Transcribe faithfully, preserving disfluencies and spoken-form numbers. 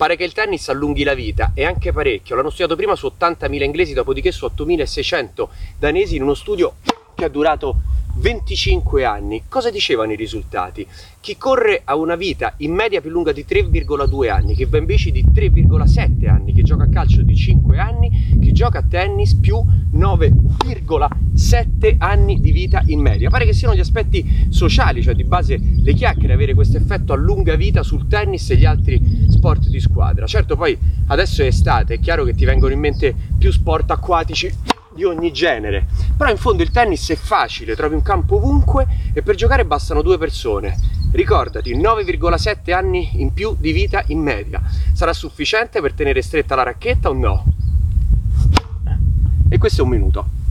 Pare che il tennis allunghi la vita, e anche parecchio. L'hanno studiato prima su ottantamila inglesi, dopodiché su ottomilaseicento danesi, in uno studio che ha durato venticinque anni. Cosa dicevano i risultati? Chi corre ha una vita in media più lunga di tre virgola due anni, chi va in bici di tre virgola sette anni, chi gioca a calcio di cinque anni, chi gioca a tennis più nove virgola sette anni di vita in media. Pare che siano gli aspetti sociali, cioè di base le chiacchiere, avere questo effetto a lunga vita sul tennis e gli altri sport di squadra. Certo, poi adesso è estate, è chiaro che ti vengono in mente più sport acquatici di ogni genere, però in fondo il tennis è facile, trovi un campo ovunque e per giocare bastano due persone. Ricordati, nove virgola sette anni in più di vita in media. Sarà sufficiente per tenere stretta la racchetta o no? E questo è un minuto.